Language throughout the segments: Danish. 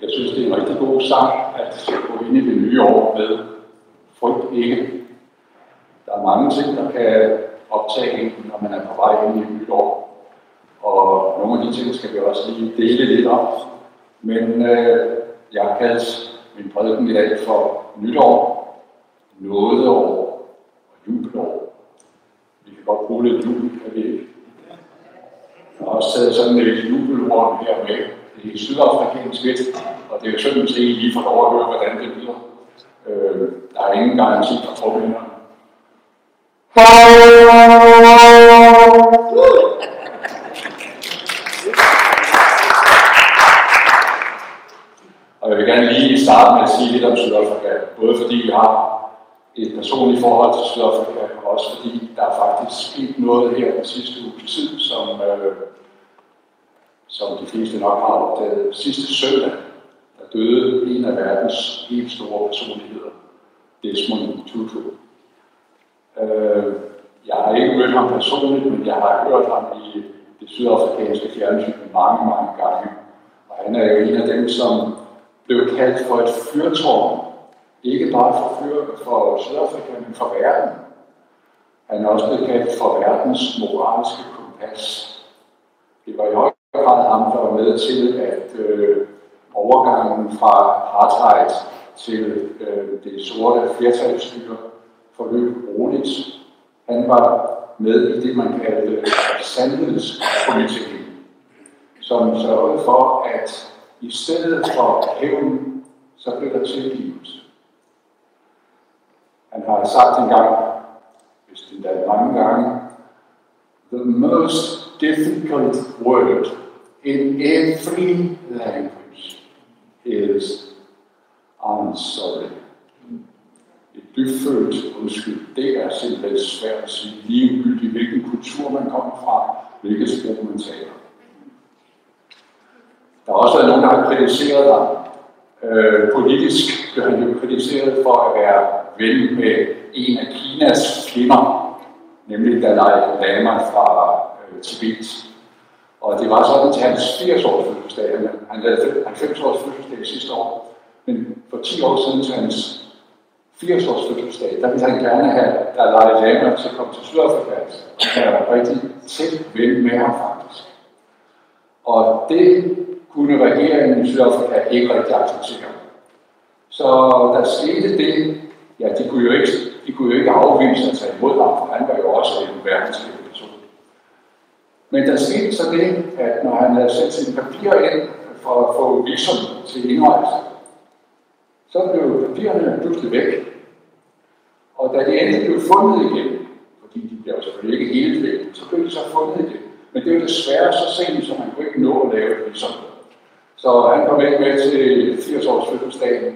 Jeg synes, det er en rigtig god sang at gå ind i det nye år med frygt ikke. Der er mange ting, der kan optage en, når man er på vej ind i et nyt år. Og nogle af de ting skal vi også lige dele lidt om. Men jeg har kaldt min prædiken i dag for nytår, nådeår og jubelår. Vi kan godt bruge lidt jubel, kan vi ikke? Jeg har også taget sådan et jubelhorn her med. Det er sydafrikansk vist, og det er jo sådan set lige for lov at høre, hvordan det lyder. Der er ingen garanti for trommehinnerne. Og jeg vil gerne lige starte med at sige lidt om Sydafrika, både fordi jeg har et personligt forhold til Sydafrika, og også fordi der er faktisk sket noget her den sidste uge tid, som de fleste nok har opdaget. Sidste søndag, der døde en af verdens helt store personligheder, Desmond Tutu. Jeg har ikke mødt ham personligt, men jeg har hørt ham i det sydafrikanske fjernsyn mange, mange gange. Og han er jo en af dem, som blev kaldt for et fyrtårn. Ikke bare for Sydafrika, men for verden. Han er også blevet kaldt for verdens moralske kompas. Det var i høj grad ham, der var med til, at overgangen fra apartheid til det sorte flertalsstyre forløb roligt. Han var med i det, man kaldte sandhedskomiteen, som sørgede for, at i stedet for hævn, så blev der tilgivelse. Han har sagt engang, hvis det er mange gange, the most difficult word in every language is I'm sorry. Et dybfølt undskyld, det er simpelthen svært at sige, ligegyldigt hvilken kultur man kommer fra, hvilket sprog man taler. Der har også været nogen, der har kritiseret ham. Politisk blev han jo kritiseret for at være ven med en af Kinas fjender, nemlig Dalai Lama fra Tibet. Og det var sådan til hans 80-års fødselsdag. Han lavede 90-års fødselsdag sidste år. Men for 10 år siden til hans 80-års fødselsdag, der ville han gerne have Dalai Lama til at komme til Sydafrika. Han var rigtig tæt ven med ham faktisk. Og det kunne regeringen i Sydafrika ikke rigtig acceptere. Så der skete det, ja, de kunne jo ikke afvise at tage imod ham, for han var jo også en verdenslig person. Men der skete så det, at når han havde sat sine papirer ind for at få visum til indrejse, så blev papirerne pludselig væk. Og da de endelig blev fundet igen, fordi de blev selvfølgelig ikke helt væk, så blev de så fundet igen. Men det var desværre så sent, så man kunne ikke nå at lave et visum. Så han kom ikke med til 80-års fødselsdagen.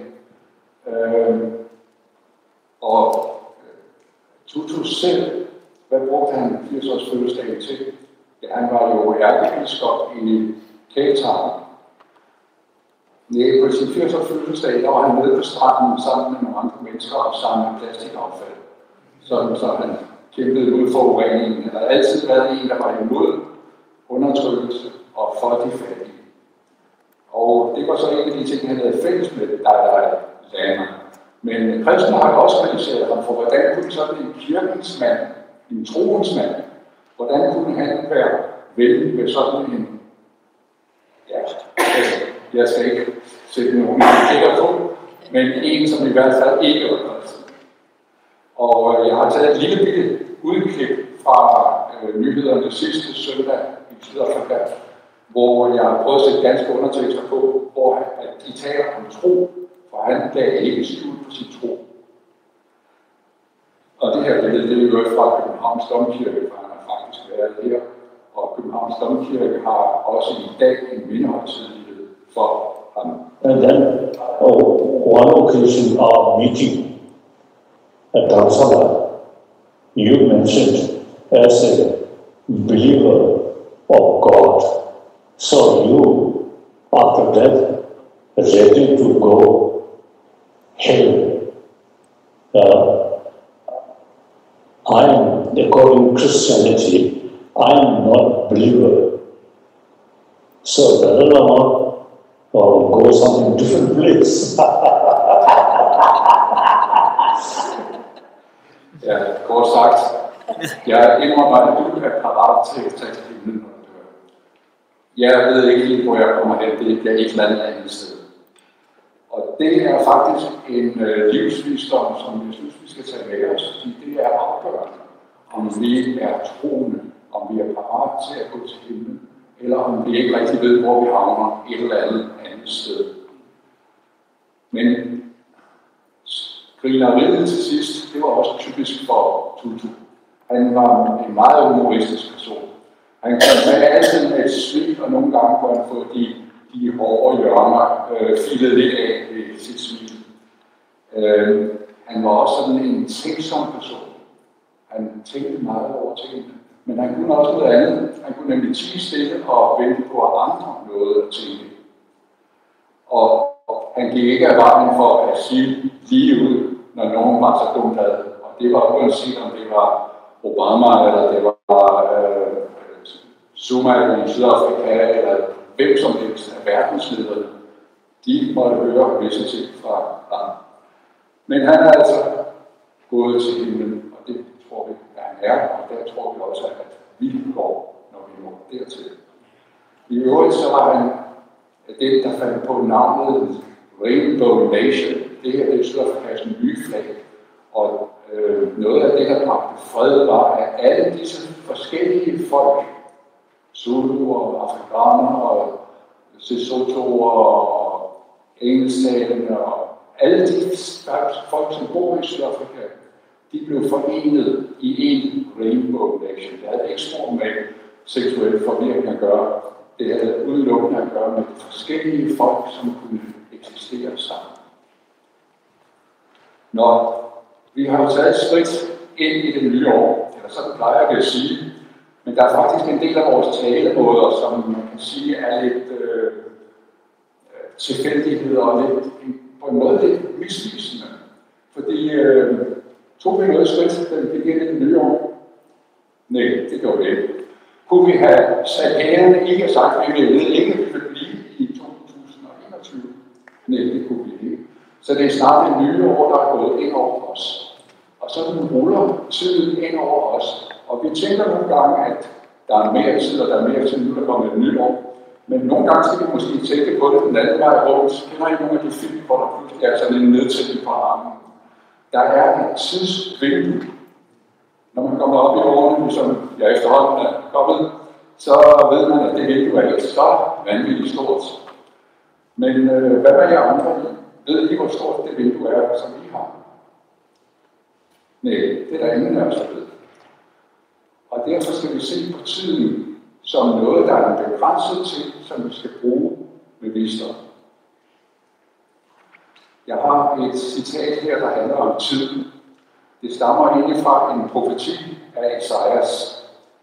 Og Tutu selv, hvad brugte han 80-års fødselsdagen til? Ja, han var jo ærkebiskop i Cape Town. På sin 80-års fødselsdag, der var han nede på stranden sammen med nogle andre mennesker og samlede plastikaffald. Så han kæmpede mod forureningen. Han havde altid været en, der var imod undertrykkelse og for de fattige. Og det var så en af de ting, han havde fælles med Dalai Lama. Men kristne har også kritiseret ham for, hvordan kunne sådan en kirkens mand, en troens mand, hvordan kunne han være ven med sådan en, ja, jeg skal ikke sætte nogen kritikere på, men en, som i hvert fald ikke var kristen. Og jeg har taget et lille bitte udklip fra nyhederne sidste søndag i Sydafrika, hvor jeg har prøvet at sætte danske undertekster på, hvor at de taler om tro, for han gav ikke skjul på sin tro. Og det her billede, det er jo fra Københavns Domkirke, for han har faktisk været her. Og Københavns Domkirke har også i dag en mindehøjtidelighed for ham. And then, one occasion of meeting at Dharamsala, you mentioned as a believer of God. So you, after that, ready to go hell. According to Christianity, I am not believer. So Dalai Lama or go some different place. Ja, kort sagt, jeg indrømmer, at du er parat til at tage til himlen, når du dør. Jeg ved ikke helt, hvor jeg kommer hen, det er et eller andet sted. Og det er faktisk en livsvisdom, som jeg synes, vi skal tage med os, fordi det er afgørende, om vi er troende, om vi er parat til at gå til himlen, eller om vi ikke rigtig ved, hvor vi havner et eller andet sted. Men grineriet til sidst, det var også typisk for Tutu. Han var en meget humoristisk person. Han kan tage altid med et smil, og nogle gange kunne han få de hårde hjørner filet lidt af ved sit smil. Han var også sådan en tænksom person. Han tænkte meget over tingene. Men han kunne også noget andet. Han kunne nemlig tie stille og vente på, at andre nåede at tænke. Og han gik ikke af vejen for at sige lige ud, når nogen var så dumt ad. Og det var uanset om det var Obama, eller det var Zuma i Sydafrika, eller hvem som helst af verdenslederne. De måtte høre visse ting fra ham. Men han er altså gået til himlen, og det tror vi, at han er, og der tror vi også, at vi går, når vi når dertil. I øvrigt så var han det, der fandt på navnet Rainbow Nation. Det her det er Sydafrikas nye flag. Og noget af det, der bragte fred, var, at alle disse forskellige folk, Zuluer og afrikanere og Sesothoer og engelsktalende og alle de folk, som bor i Sydafrika, de blev forenet i en Rainbow Nation. Det havde ikke spor med seksuel forvirring at gøre. Det havde udelukkende at gøre med forskellige folk, som kunne eksistere sammen. Nå, vi har jo taget et skridt ind i det nye år, eller sådan plejer vi at sige, men der er faktisk en del af vores talemåder, som man kan sige er lidt tilfældigheder og lidt, på en måde lidt misvisende. Fordi tog vi noget skridt, da vi gik ind i det nye år? Nej, det gjorde vi ikke. Kunne vi have sat hælene ikke og sagt, at vi ville ikke, vi vil blive i 2021? Nej, det kunne vi ikke. Så det er snart det nye år, der er gået ind over os. Og så ruller tiden ind over os. Og vi tænker nogle gange, at der er mere tid, og der er mere tid, nu der kommer et nyt år. Men nogle gange skal vi måske tænke på det den anden vej rundt. Kender I nogle af de film, hvor der pludselig er sådan en nedtælling på armen? Der er et tidsvindue. Når man kommer op i årene, som jeg efterhånden er kommet, så ved man, at det vindue er ikke så vanvittigt stort. Men hvad med jer andre? Ved I, hvor stort det vindue er, som I har? Nej, det er der ingen af os, der ved. Og derfor skal vi se på tiden som noget, der er en begrænset ting, som vi skal bruge med visdom. Jeg har et citat her, der handler om tiden. Det stammer egentlig fra en profeti af Esajas.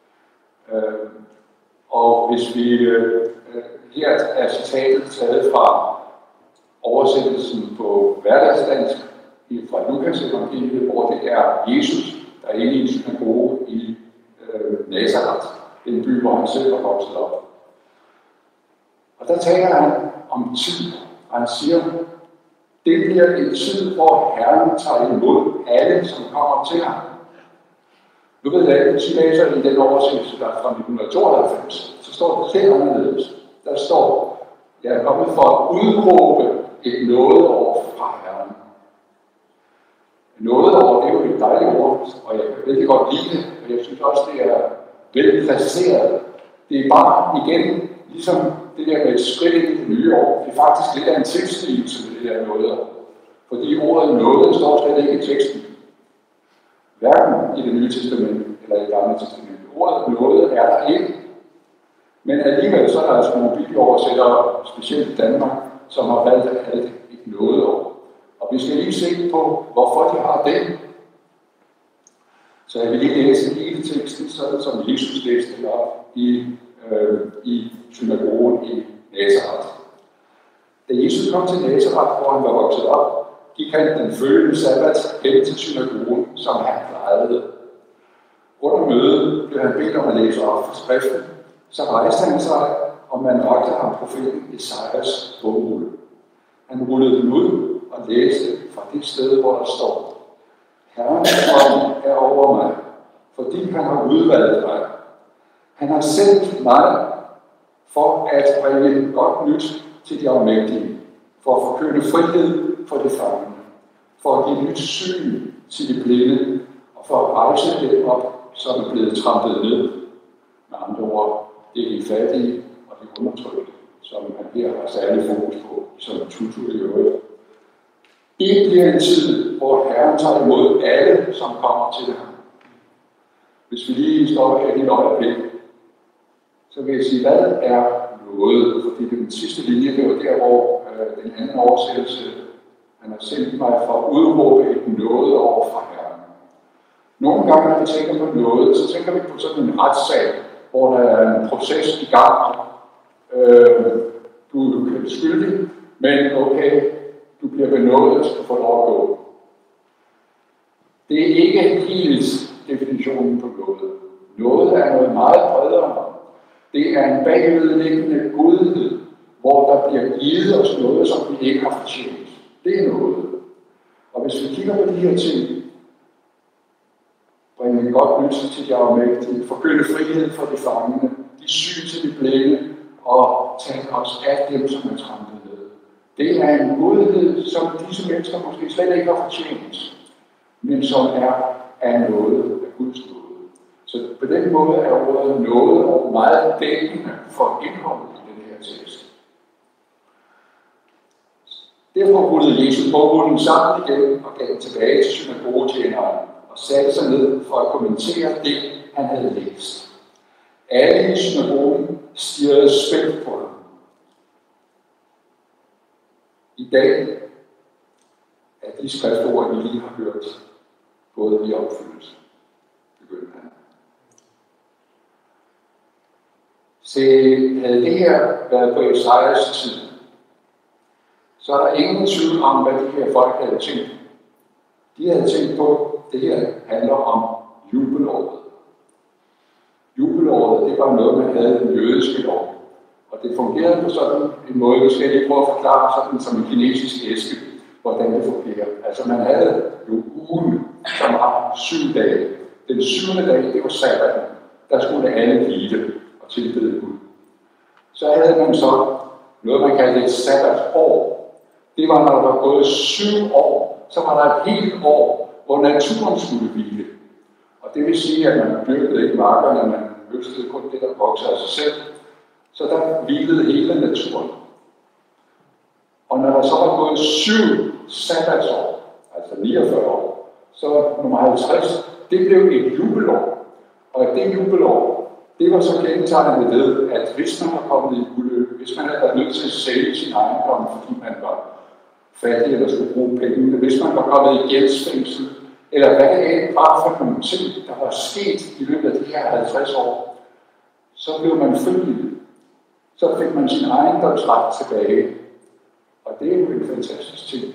Og hvis vi her er citatet taget fra oversættelsen på hverdagsdansk fra Lukas evangeliet, hvor det er Jesus, der er inde i en synagoge i Nazareth, en by, hvor han selv var vokset op. Og der taler han om tid, og han siger, det bliver en tid, hvor Herren tager imod alle, som kommer til ham. Nu ved jeg, at hvis I læser i den oversættelse, der er fra 1992, så står det helt anderledes. Der står, jeg er kommet for at udråbe et nådeår fra Herren. Nådeår, det er jo et dejligt ord, og jeg kan virkelig godt lide det, og jeg synes også, det er vel præciseret. Det er bare igen, ligesom det der med et skridt ind i det nye år, det er faktisk lidt af en tilsnigelse med det der nådeår. Fordi ordet nåde står slet ikke i teksten. Hverken i det nye testament eller i det gamle testament. Ordet nåde er der ikke. Men alligevel så er der altså nogle bibeloversættere, specielt i Danmark, som har valgt at kalde det et nådeår. Og vi skal lige se på, hvorfor de har det. Så jeg vil lige læse hele teksten, sådan som Jesus læste det op i synagogen i Nazareth. Da Jesus kom til Nazareth, hvor han var vokset op, gik han den følgende sabbat hen til synagogen, som han plejede. Under mødet blev han bedt om at læse op fra skriften. Så rejste han sig og man rakte ham profeten Esajas bogrulle. Han rullede den ud og læste fra det sted, hvor der står: Herrens ånd er over mig, fordi han har udvalgt mig. Han har sendt mig for at bringe godt nyt til de afmægtige, for at forkynde frihed for de fangne, for at give nyt syn til de blinde, og for at rejse dem op, som er blevet trampet ned. Med andre ord, det er de fattige og de undertrykte, som man her har særlig fokus på, som Tutu i øvrigt. Det bliver en tid, hvor Herren tager imod alle, som kommer til ham. Hvis vi lige står her i et øjeblik, så vil jeg sige, hvad er noget? Fordi det er den sidste linje, det var der, hvor den anden oversættelse, han har sendt mig for at udråbe et noget over fra Herren. Nogle gange, når vi tænker på noget, så tænker vi på sådan en retssag, hvor der er en proces i gang. Du er skyldig, men okay, du bliver benådet og får lov at gå. Det er ikke helt definitionen på noget. Noget er noget meget bredere. Det er en bagvedliggende godhed, hvor der bliver givet os noget, som vi ikke har fortjent. Det er noget. Og hvis vi kigger på de her ting, bringe godt nyt til de afmægtige, forkynde frihed for de fangene, de syge til de blinde, og tage os af dem, som er trampet ned. Det er en godhed, som disse mennesker måske slet ikke har fortjent, men som er af noget, af Guds nåde. Så på den måde er ordet noget og meget dækkende for indholdet i den her tekst. Derfor rullede Jesus bogrullen sammen igen og gav den tilbage til synagogetjeneren og satte sig ned for at kommentere det, han havde læst. Alle i synagogen stirrede spændt på ham. I dag er de skriftord, vi lige har hørt, gået i opfyldelse, begyndte han. Se, havde det her været på Esajas tid, så er der ingen tvivl om, hvad de her folk havde tænkt. De havde tænkt på, at det her handler om jubelåret. Jubelåret, det var noget, man havde i den jødiske lov. Og det fungerede på sådan en måde, vi skal lige prøve at forklare sådan som en kinesisk æske, hvordan det fungerer. Altså man havde jo ugen, som var 7 dage. Den 7. dag, det var sabbaten. Der skulle alle hvile og tilbede Gud. Så havde man så noget, man kaldte et sabbatår. Det var, når der var gået 7 år, så var der et helt år, hvor naturen skulle hvile. Og det vil sige, at man dyrkede ikke markerne, man høstede kun det, der voksede af sig selv. Så der hvilede hele naturen. Og når der så var gået 7 sabbatsår, altså 49 år, så nummer 50, det blev et jubelår. Og det jubelår, det var så kendetegnet ved, at hvis man var kommet i ulykke, hvis man havde været nødt til at sælge sin ejendom, fordi man var fattig eller skulle bruge penge, hvis man var kommet i gældsfængsel, eller hvad det var for nogle ting, der var sket i løbet af de her 50 år, så blev man frigivet. Så fik man sin ejendomsret tilbage. Og det er jo en fantastisk ting.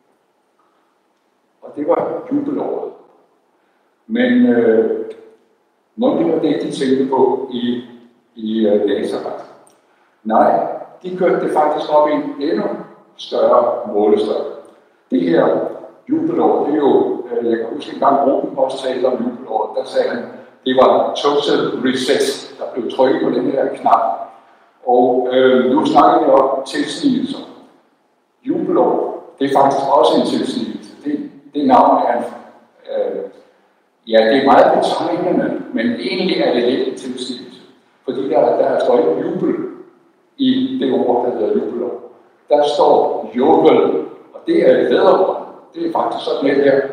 Og det var jubelåret. Men må det var det, de tænkte på i Nazaret. Nej, de kørte det faktisk op i en endnu større målestok. Det her jubelår, det er jo, jeg kan huske en gang, Ruben også talte om jubelåret, der sagde han, det var total reset, der blev trykket på den her knap. Og nu snakker vi om tilsnigelser. Jubelår, det er faktisk også en tilsnigelse. Det navn er ja, det er meget betegnende, men egentlig er det lidt en tilsnigelse. Fordi der står ikke jubel i det ord, der hedder jubelår. Der står jubel, og det er et vædderord. Det er faktisk sådan lidt her.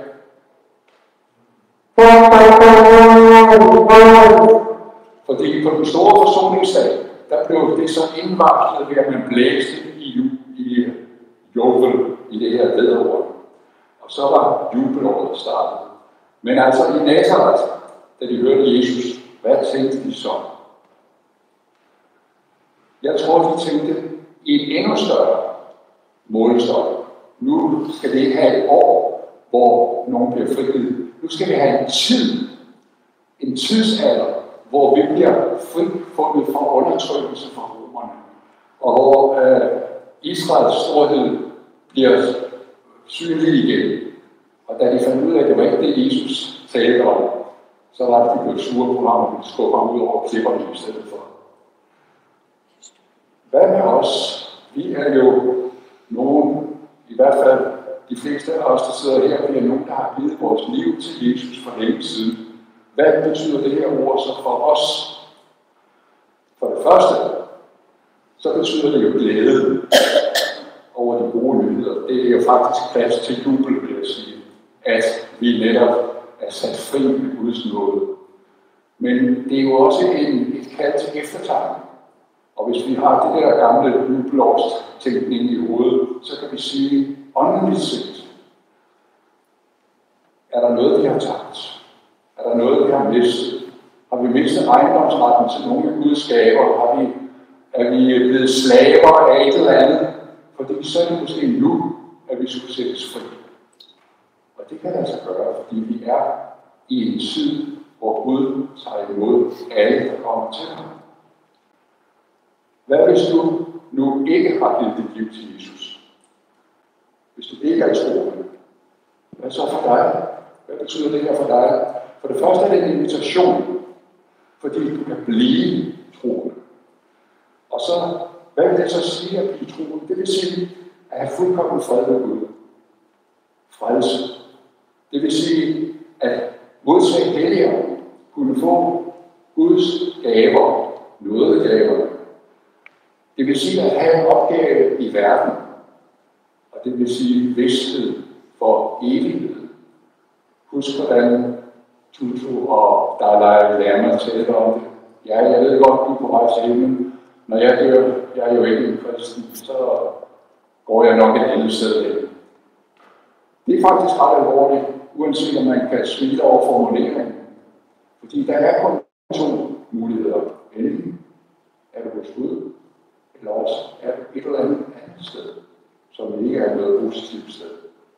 Fordi på den store forsoningsdag, der blev det så indvarslet ved, at man blæste i jubel i det her vædderord. Og så var jubelåret startet. Men altså i Nazaret, da de hørte Jesus, hvad tænkte de så? Jeg tror, de tænkte i en endnu større målestok. Nu skal vi ikke have et år, hvor nogen bliver frigivet. Nu skal vi have en tidsalder, hvor vi bliver frifundet fra undertrykkelse fra romerne. romerne, og hvor Israels storhed bliver synlig igen. Og da de fandt ud af, at det var ikke det, Jesus talte om, så var det, de blev sure på ham, og de skubber ham ud over klipperne i stedet for. Hvad med os? Vi er jo nogen, i hvert fald de fleste af os, der sidder her, vi er nogen, der har givet vores liv til Jesus for længe siden. Hvad betyder det her ord så for os? For det første, så betyder det jo glæde over de gode nyheder. Det er jo faktisk plads til jubel, vil jeg sige, at vi netop er sat fri med Guds nåde. Men det er jo også et kald til eftertanke. Og hvis vi har det der gamle jubelårstænkning i hovedet, så kan vi sige, åndeligt set, er der noget, vi har tabt? Er der noget, vi har mistet? Har vi mistet ejendomsretten til nogle af Guds gaver? Er vi blevet slaver af et eller andet? Fordi så er det måske nu, at vi skulle sættes fri. Og det kan altså gøre, fordi vi er i en tid, hvor Gud tager imod alle, der kommer til ham. Hvad hvis du nu ikke har givet dit liv til Jesus? Hvis du ikke er troende, hvad så for dig? Hvad betyder det her for dig? For det første er det en invitation, fordi du kan blive troende. Og så, hvad vil det så sige at blive troende? Det vil sige at have fuldkommen fred med Gud. Frelse. Det vil sige at modtage helligånden, kunne få Guds gaver, nådegaver. Det vil sige at have en opgave i verden. Og det vil sige vidsthed for evighed. Husk, hvordan Tutu og Dalai Lama taler om det. Ja, jeg ved godt, du er på vej til himlen. Når jeg dør, jeg er jo ikke en kristen, så går jeg nok et andet sted hen. Det er faktisk ret alvorligt, uanset om man kan smile over formuleringen. Fordi der er kun to muligheder. Enten er du hos Gud, eller også er du et eller andet sted, som ikke er noget positivt sted.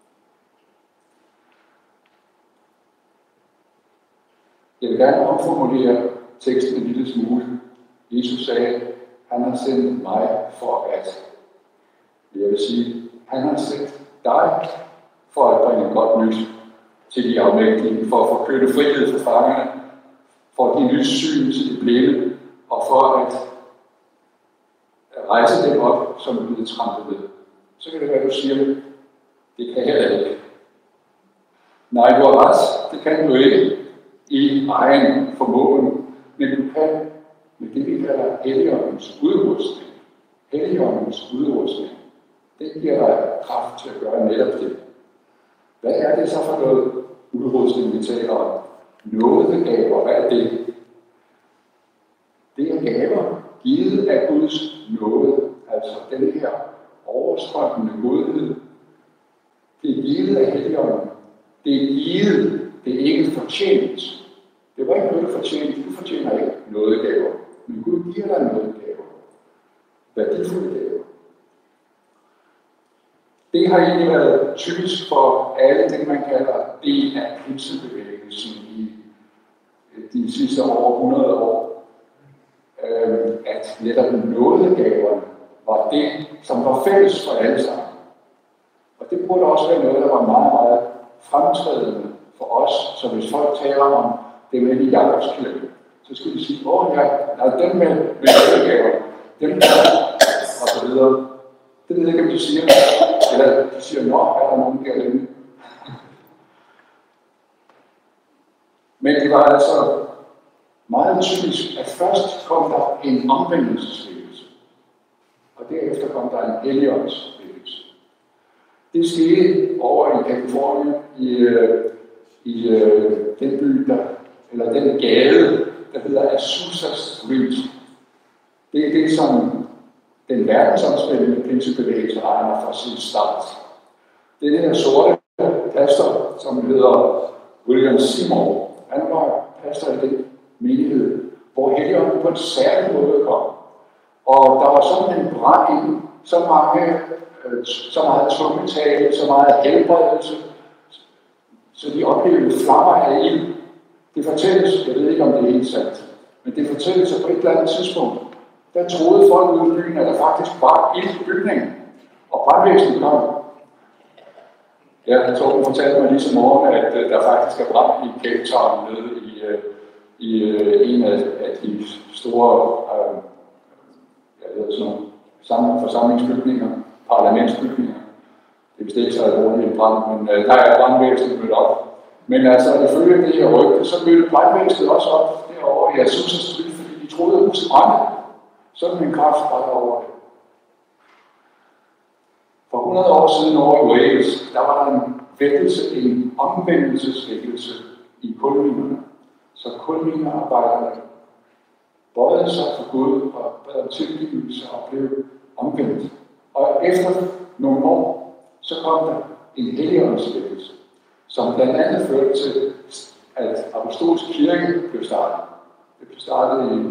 Jeg vil gerne omformulere teksten en lille smule. Jesus sagde, han har sendt mig for at, jeg vil sige, han har sendt dig for at bringe godt nyt til de afmægtige, for at forkynde frihed for fangerne, for at give nyt syn til de blinde, og for at rejse dem op, som er blevet trampet ned. Så kan det være, du siger, det kan jeg ikke. Nej, du har ret, det kan du ikke i egen formåen, men du kan med det, vi kalder Helligåndens udrustning. Helligåndens udrustning, det giver dig kraft til at gøre netop det. Hvad er det så for noget udrustning, vi taler om? Nådegaver, hvad er det? Det er gaver, givet af Guds nåde, altså den her overstrømmende godhed. Det er givet af Helligånden. Det er givet, det er ikke fortjent. Det var ikke noget, du fortjente. Du fortjener ikke nådegaver. Men Gud giver dig nådegaver. Værdifulde gaver. Det har egentlig været typisk for alle det, man kalder del af pinsebevægelsen i de sidste over 100 år. At netop nådegaverne var det, som var fælles for alle sammen. Og det burde også være noget, der var meget, meget fremtrædende for os. Så hvis folk taler om det med i Jakobskirken, så skal de sige, dem med nådegaver, dem der, og så videre. Det ved jeg ikke, om de siger. Eller de siger, er der nogen derinde? Men det var altså meget typisk, at først kom der en omvendelsesvækkelse, og derefter kom der en helligåndsvækkelse. Det skete over i Californien, i den by, eller den gade, der hedder Azusa Street. Det er det, som den verdensomspændende pinsebevægelse regner fra sin start. Det er den her sorte pastor, som hedder William Seymour. Han var pastor i den menighed, hvor Helligånden på en særlig måde kom. Og der var sådan en brand inden, så meget tungetale, så meget helbredelse, så de oplevede flammer af ild. Det fortælles, jeg ved ikke om det er helt sandt, men det fortælles, at på et eller andet tidspunkt, der troede folk ude i byen, at der faktisk var ild i bygningen, og brandvæsenet kom. Ja, Torben fortalte mig lige som morgen, at der faktisk er brand i Cape Town nede i en af de store forsamlingsbygninger, parlamentsbygninger. Det er vist ikke så alvorligt en brand, men der er brandvæsenet mødt op. Men altså, ifølge det her rygte, så mødte brandvæsenet også op derovre i Azusa Street, fordi de troede, at huset brændte. Sådan en kraft var derovre. For 100 år siden over i Wales, der var der en vækkelse, en omvendelsesvækkelse i kulminerne. Så kulminearbejderne bøjede sig for Gud og bad om tilgivelse og blev omvendt. Og efter nogle år, så kom der en helligåndsvækkelse, som blandt andet førte til, at Apostolsk Kirke blev startet. Det blev startet i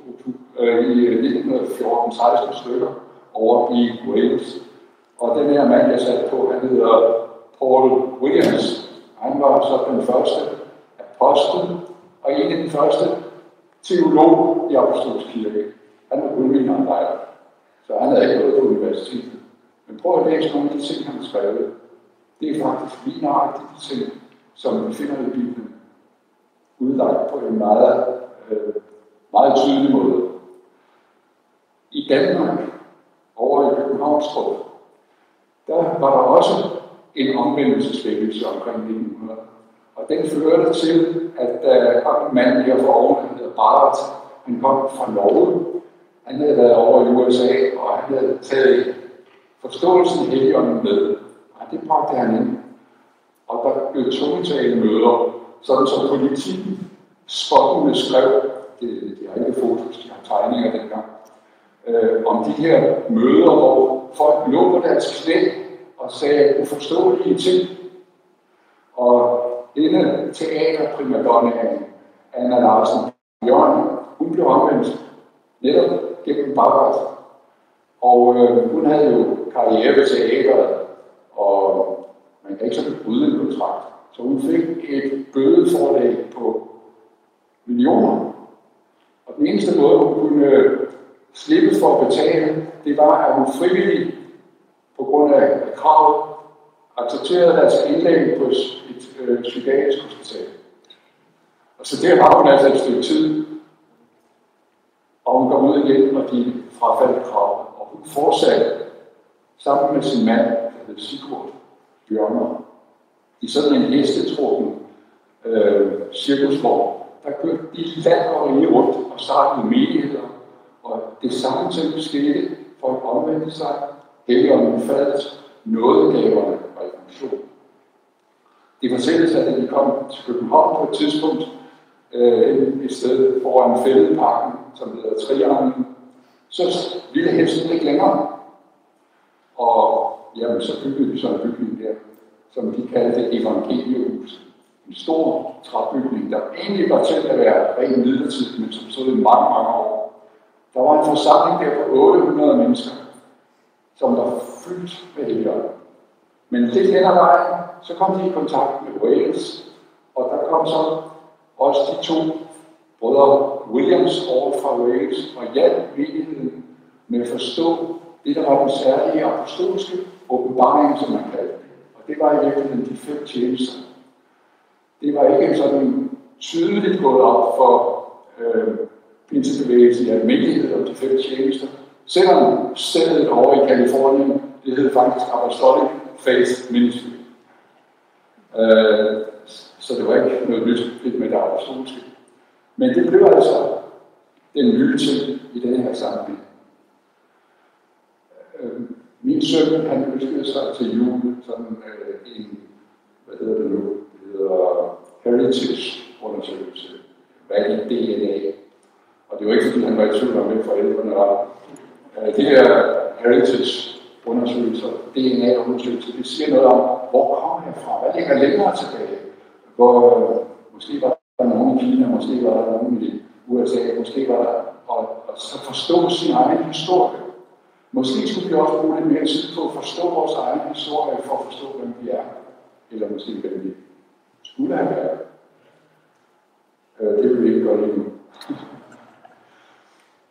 1914-16 stykker over i Wales. Og den her mand, jeg satte på, han hedder Paul Williams. Han var så den første apostel, og en af den første teolog i Apostolsk Kirke. Han var kulminearbejder, så han havde ikke gået på universitetet. Men prøv at læse nogle af de ting, han har skrevet. Det er faktisk lige nøjagtigt de ting, som vi finder i Bibelen, udlagt på en meget, meget tydelig måde. I Danmark, over i Københavnstrup, der var der også en omvendelsesvækkelse omkring 1900. Og den førte til, at der kom en mand her fra oven, han hedder Barrett. Han kom fra Norge. Han havde været over i USA, og han havde taget forståelsen i Helligånden med. Og det bragte han ind. Og der blev tungetale møder, sådan som Politikken spottende skrev, det har ikke fotos, de har tegninger dengang, om de her møder, hvor folk lå på deres knæ og sagde uforståelige ting. Og denne teaterprimadonnaen, Anna Larsen Bjørn, hun blev omvendt netop gennem Barrett. Og hun havde jo karriere ved teateret, og man kan ikke sådan bryde en kontrakt. Så hun fik et bødeforlæg på millioner. Og den eneste måde, hun kunne slippe for at betale, det var, at hun frivilligt, på grund af kravet, accepterede deres indlæg på et psykiatrisk hospital. Og så der var hun altså et stykke tid, og hun kom ud igen, og de frafaldt kravet. Og hun fortsatte sammen med sin mand, der hed Sigurd Bjørner, i sådan en hestetrukken cirkusvogn. Der kørte de land og rige rundt og startede menigheder, og det samme ting skete for at omvende sig. Helligånden faldt, nådegaverne var i funktion. Det fortælles, at de kom til København på et tidspunkt, et sted foran Fælledparken, som hedder Trianglen, så ville hesten ikke længere. Og jamen, så byggede de sådan en bygning der, som de kaldte Evangeliehuset. En stor træbygning, der egentlig var til at være rent midlertidigt, men som stod i mange, mange år. Der var en forsamling der på 800 mennesker, som var fyldt med Helligånden. Men lidt hen ad vejen, så kom de i kontakt med Wales, og der kom så også de to brødre Williams over fra Wales, og hjalp menigheden med at forstå det, der var den særlige apostolske åbenbaring, som man kaldte det. Og det var i virkeligheden de 5 tjenester. Det var ikke sådan tydeligt gået op for pinsebevægelsen i almindelighed om de 5 tjenester, selvom stedet over i Kalifornien, det hed faktisk Apostolic Faith Ministry. Så det var ikke noget nyt med det apostolske. Men det blev altså den nye ting i denne her sammenhæng. Min søn, han ønskede sig til jul sådan en, hvad hedder det nu? Det hedder heritage-undersøgelse. Hvad er det DNA? Og det var ikke, fordi han var i tvivl om, hvem forældrene var. De her heritage-undersøgelser, DNA-undersøgelser, det siger noget om, hvor kommer jeg fra? Hvad ligger længere tilbage? Hvor måske var der nogen i Kina, måske var der nogen i USA, måske var der, og så forstå sin egen historie. Måske skulle vi også bruge lidt mere tid på at forstå vores egen historie, for at forstå, hvem vi er. Eller måske, hvem vi skulle have været. Det vil vi ikke gøre lige nu.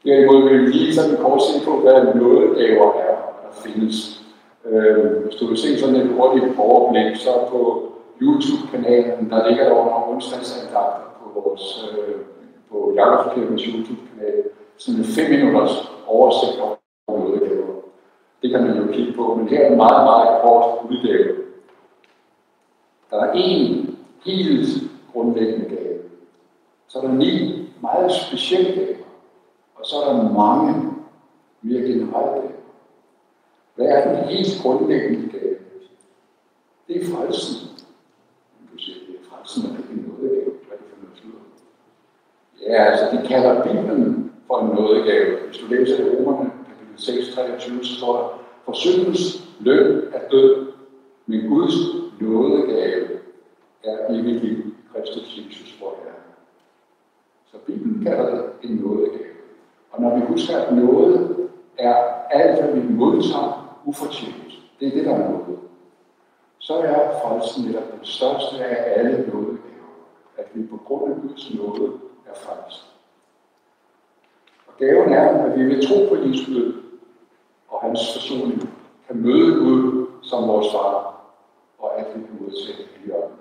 Derimod vil vi lige sådan kort se på, hvad nådegaver er, der findes. Hvis du vil se sådan et hurtigt overblik, så på YouTube-kanalen, der ligger der nogle onsdagsandagter på Jakobskirkens YouTube-kanal, sådan en 5 minutters oversigt over nådegaver. Det kan man jo kigge på, men her er en meget, meget kort udgave. Der er en helt grundlæggende gave. Så er der 9 meget specielle gaver. Og så er der mange mere generelle gaver. Hvad er den helt grundlæggende gave? Det er frelsen. Du siger, det er frelsen, og det er ikke en nådegave. Hvad er det for noget slud? Ja, altså de kalder Bibelen for en nådegave. Hvis du læser det Romerne, kapitel 6, 23, så står der, for syndens løn er død, men Guds nådegave er evigt liv i Kristus Jesus vor Herre. Så Bibelen kalder det en nådegave. Og når vi husker, at nåde er alt, hvad vi modtager ufortjent, det er det, der er nåde, så er frelsen netop den største af alle nådegaver, at vi på grund af Guds nåde er frelst. Og gaven er, at vi vil tro på Jesu død og hans forsoning, kan møde Gud som vores far, og at vi kan modtage Helligånden.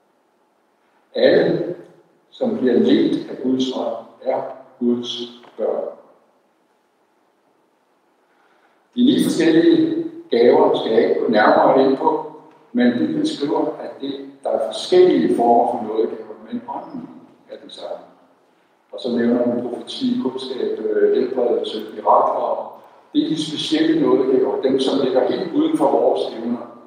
Alle, som bliver ledt af Guds ånd, er Guds børn. De 9 forskellige gaver skal jeg ikke gå nærmere ind på, men Bibelen skriver, at der er forskellige former for nådegaver, men ånden er den samme. Og så nævner man profeti, kundskab, helbredelse, mirakler. Det er de specielle nådegaver, dem som ligger helt uden for vores evner.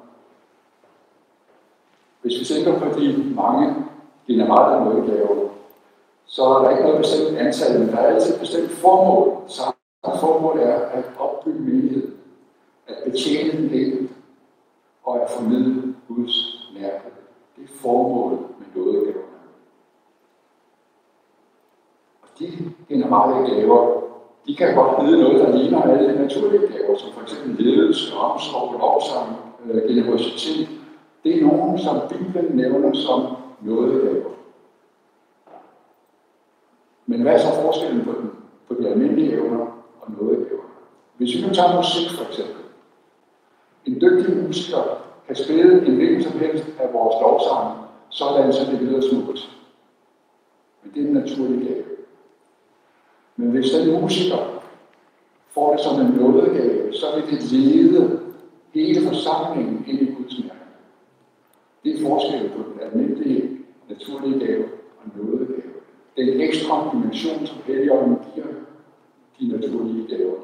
Hvis vi tænker på de mange generelle nådegaver, så er der ikke noget bestemt antal, men der er altid et bestemt formål. Samme formål er at opbygge menighed, at betjene den enkelte og at formidle Guds nærhed. Det er formålet med nådegaverne. Og de generelle gaver, de kan godt vide noget, der ligner alle de naturlige gaver, som f.eks. ledelse, omsorg, lovsang, generositet. Det er nogen, som Bibelen nævner som nådegaver. Men hvad er så forskellen på de almindelige evner og nådegaver? Hvis vi nu tager musik for eksempel. En dygtig musiker kan spille en hvilken som helst af vores lovsange, sådan så det lyder smukt. Men det er en naturlig gave. Men hvis den musiker får det som en nådegave, så vil det lede hele forsamlingen ind i Guds nærhed. Det er forskellen på den almindelige naturlige gave og nådegave. Den ekstra dimension, som Helligånden giver de naturlige gaver.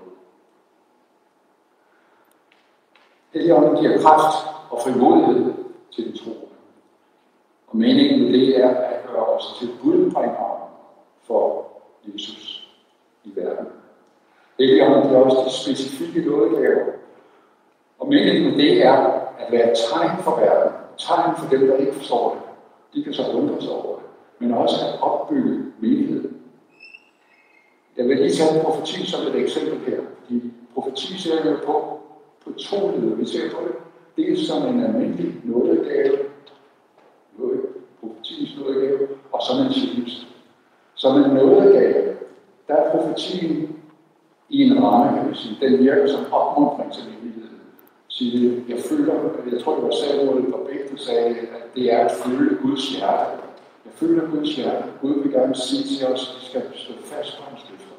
Helligånden giver kraft og frimodighed til de troende. Og meningen med det er at gøre os til budbringere for Jesus i verden. Helligånden giver også de specifikke nådegaver. Og meningen med det er at være tegn for verden. Tegn for dem, der ikke forstår det. De kan så undre sig over det. Men også at opbygge menighed. Jeg vil lige tage en profeti som et eksempel her. De profeti ser vi på 2 leder. Vi ser på det. Dels som en almindelig nådegave, profetiens nådegave, og som en tjeneste. Som en nådegave, der er profetien i en ramme, kan vi sige. Den virker som opmuntring til menigheden. Jeg føler, jeg tror det var Samuel og Bæk, der sagde, at det er at føle Guds hjerte. Jeg føler Guds hjerte. Gud vil gerne sige til os, at vi skal stå fast på hans løfter.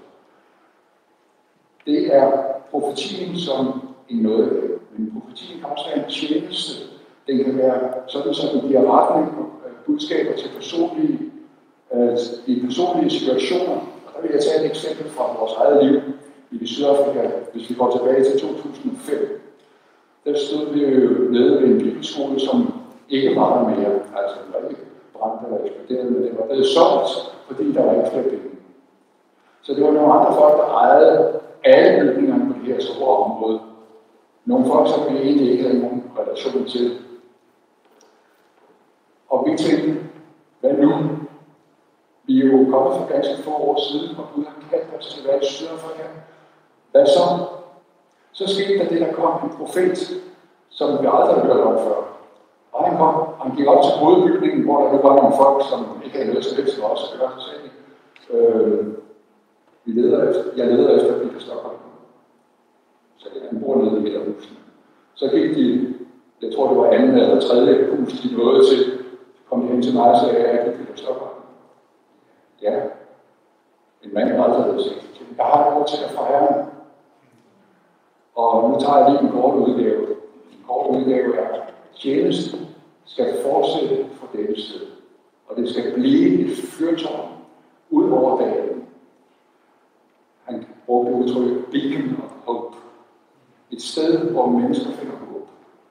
Det er profetien som en nådegave. Men profetien kan også være en tjeneste. Den kan være sådan, så den giver retning og budskaber til i personlige situationer. Og der vil jeg tage et eksempel fra vores eget liv i Sydafrika, hvis vi går tilbage til 2005. Der stod vi jo nede ved en bibelskole, som ikke var der mere. Altså, den var ikke brændt eller eksploderet, men det var blevet solgt, fordi der var ikke flere penge. Så det var nogle andre folk, der ejede alle bygningerne på det her store område. Nogle folk, som vi egentlig ikke havde nogen relation til. Og vi tænkte, hvad nu? Vi er jo kommet for ganske få år siden, og Gud har kaldt os til at være i Sydafrika. Hvad så? Så skete der det, der kom en profet, som vi aldrig har hørt om før. Og han gik op til hovedbygningen, hvor der nu var nogle folk, som ikke havde noget som helst for os at gøre. Så sagde vi Jeg leder efter Peter Stockholm. Så han bor nede i et af husene. Så gik de, jeg tror det var anden eller tredje hus, de nåede til. Så kom de hen til mig og sagde, er det Peter Stockholm? Ja. En mand, jeg aldrig havde set. Jeg har lov til at fejre ham. Og nu tager jeg lige en kort udgave. En kort udgave er, tjenesten skal fortsætte fra denne sted. Og det skal blive et fyrtårn ud over dagen. Han brugte udtrykket beacon of hope. Et sted, hvor mennesker finder håb.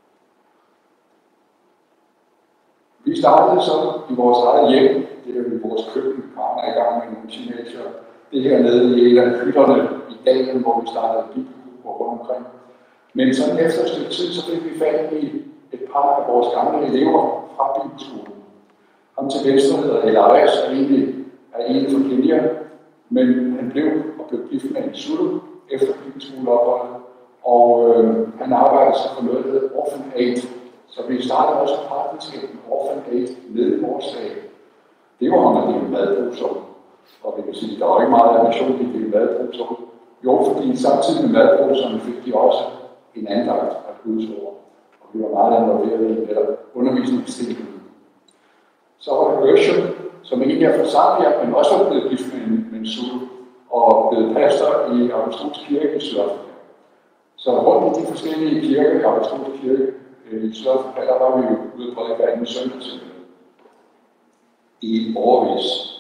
Vi startede så i vores eget hjem. Det er jo vores køkken. Karen er i gang med nogle teenager. Det her nede i et af hytterne i dagen, hvor vi startede bibelgrupper rundt omkring. Men sådan efter et stykke tid, så fik vi fat i et par af vores gamle elever fra bibelskolen. Ham til venstre hedder Elias, og egentlig er en fra Kenya, men han blev gift med en Zulu efter bibelskoleopholdet, og han arbejdede sig for noget, der hedder Orphan Aid. Så vi startede også partnerskab med Orphan Aid nede i vores dag. Det var om at dele madbrugsom. Og vi kan sige, at der var ikke meget ambition i at dele madbrugsom. Jo, fordi samtidig med madbrugsom fik de også en andagt af Guds ord. Og vi var meget involveret i undervisningsstilen. Så var der Røsjø, som egentlig er fra Zambia, men også var blevet gift med en Zulu, og blevet pastor i Apostolsk Kirke i Sydafrika. Så rundt i de forskellige kirker i Apostolsk Kirke i Sydafrika, der var vi jo ude på hver anden søndag simpelthen. I årevis.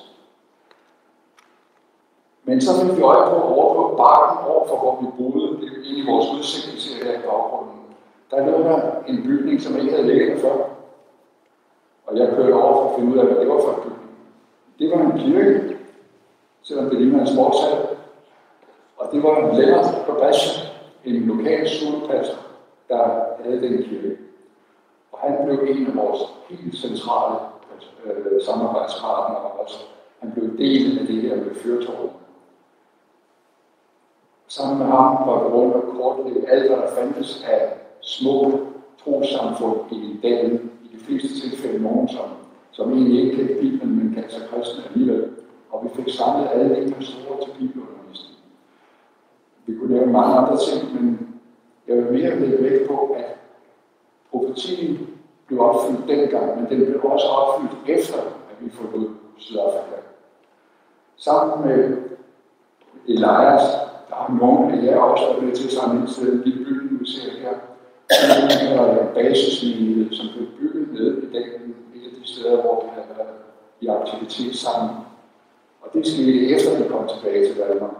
Men så fik vi øje på over på bakken overfor, hvor vi boede, det er egentlig vores udsigtelse her i baggrunden. Der lå der en bygning, som ikke havde ligget der før. Og jeg kørte over for at finde ud af, hvad det var for en bygning. Det var en kirke, selvom det ligner en sportshal. Og det var Lennart Babasha, en lokal Zulu-pastor, der havde den kirke. Og han blev en af vores helt centrale samarbejdspartnere også. Han blev del af det her med fyrtårnet. Sammen med ham var vi rundt og kortlægge alt, hvad der fandtes af små trossamfund i dagen. I de fleste tilfælde nogen, som egentlig ikke kendte Bibelen, men kaldte sig kristne alligevel. Og vi fik samlet alle de pastorer til bibelundervisning. Vi kunne lave mange andre ting, men jeg vil mere lægge vægt på, at profetien blev opfyldt dengang, men den blev også opfyldt efter, at vi forlod Sydafrika. Sammen med Elias, der har nogle af jer også været med til sammen et sted, de bygning, vi ser her. Der er en basismenighed, som blev bygget ned i dagen, et af de steder, hvor vi har været i aktivitet sammen. Og det skete efter, vi kom tilbage til Danmark.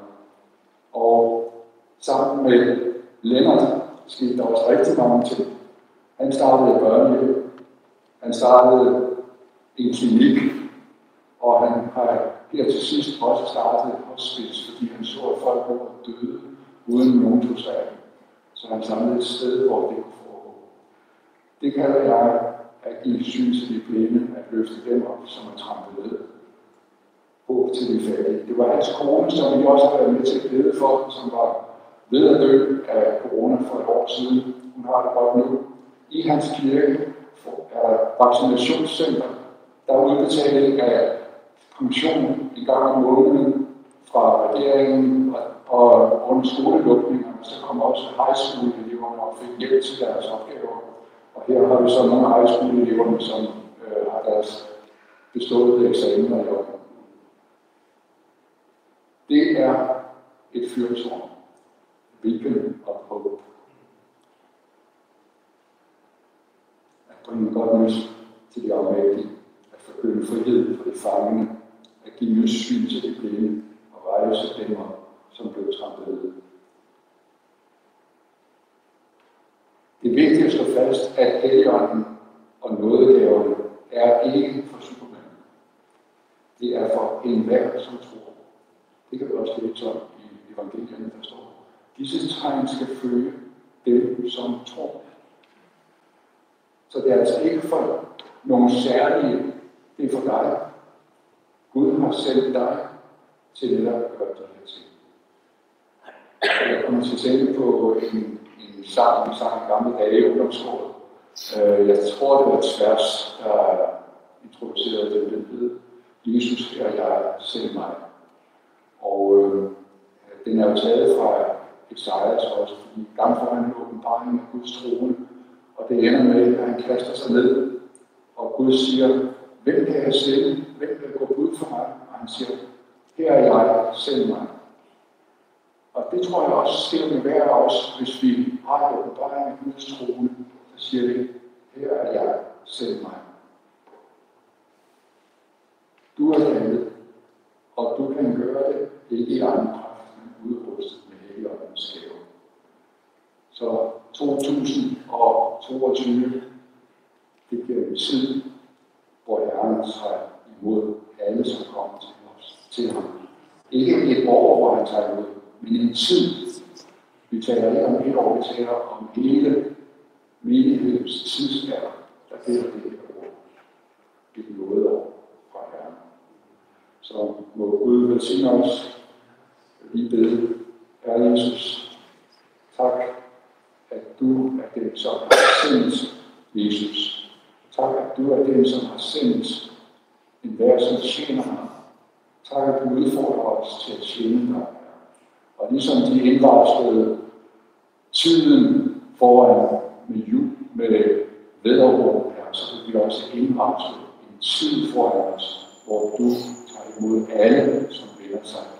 Og sammen med Lennart skete der også rigtig mange ting. Han startede et børnehjem. Han startede en klinik. Og han har her til sidst også startet et hospice, fordi han så, at folk var døde, uden nogen tog sig af. Så han samlede et sted, hvor det kunne foregå. Det kalder jeg at give syn til de blinde, at løfte dem op, som er trampet ned. Håb til de fattige. Det var hans kone, som vi også har været med til at bede for, som var ved at dø af corona for et år siden. Hun har det godt nu. I hans kirke er vaccinationscenter. Der er udbetaling af pension i gang om måneden fra regeringen, og under skolelukninger, så kommer også high school-eleverne og fik hjælp til deres opgaver. Og her har vi så nogle high school-eleverne, som har deres beståede eksamener i år. Det er et fyrtårn. Beacon of hope. At bringe godt nys til de afmægtige. At forkynde frihed for de fangende. At give nys syn til de blinde. Og rejse dem op, som blev trampet ned. Det er vigtigt at slå fast, at Helligånden og nådegaverne er ikke for Superman. Det er for enhver, som tror. Det kan vi også læse om i evangelierne, der står. Disse tegn skal følge dem, som tror. Så det er altså ikke for nogle særlige, det er for dig. Gud har sendt dig til netop at gøre de her ting. Jeg kommer til at tænke på en sang i gamle dage i ungdomsskolen. Jeg tror, det var Tværs, der introducerede den hed Jesus, her jeg selv mig. Og Den er jo taget fra Esajas også, fordi gang for en åbenbaring af Guds trone, og det ender med, at han kaster sig ned, og Gud siger, hvem kan jeg sende? Hvem vil gå ud for mig? Og han siger, her er jeg, send mig. Og det tror jeg også sker med hver af os, hvis vi har en åbenbaring af Guds trone, så siger vi, her er jeg, send mig. Du er kaldet, og du kan gøre det ikke i egen kraft, men udrustet med Helligåndens gave. Så 2022, det bliver en tid, hvor Herren tager imod alle, som kommer til ham. Ikke et år, hvor han tager imod, men en tid. Vi taler ikke om et år, vi taler om hele menighedens tidsalder, der bliver det her år. Et nådeår fra Herren. Så må Gud velsigne os. Vi beder, Herre Jesus, tak, at du er den, som har sendt Jesus. Tak, at du er den, som har sendt enhver, som tjener ham. Tak, at du udfordrer os til at tjene dig. Og ligesom de indvarslede tiden foran med vædderord her, så vil vi også indvarsle en tid foran os, hvor du tager imod alle, som vender sig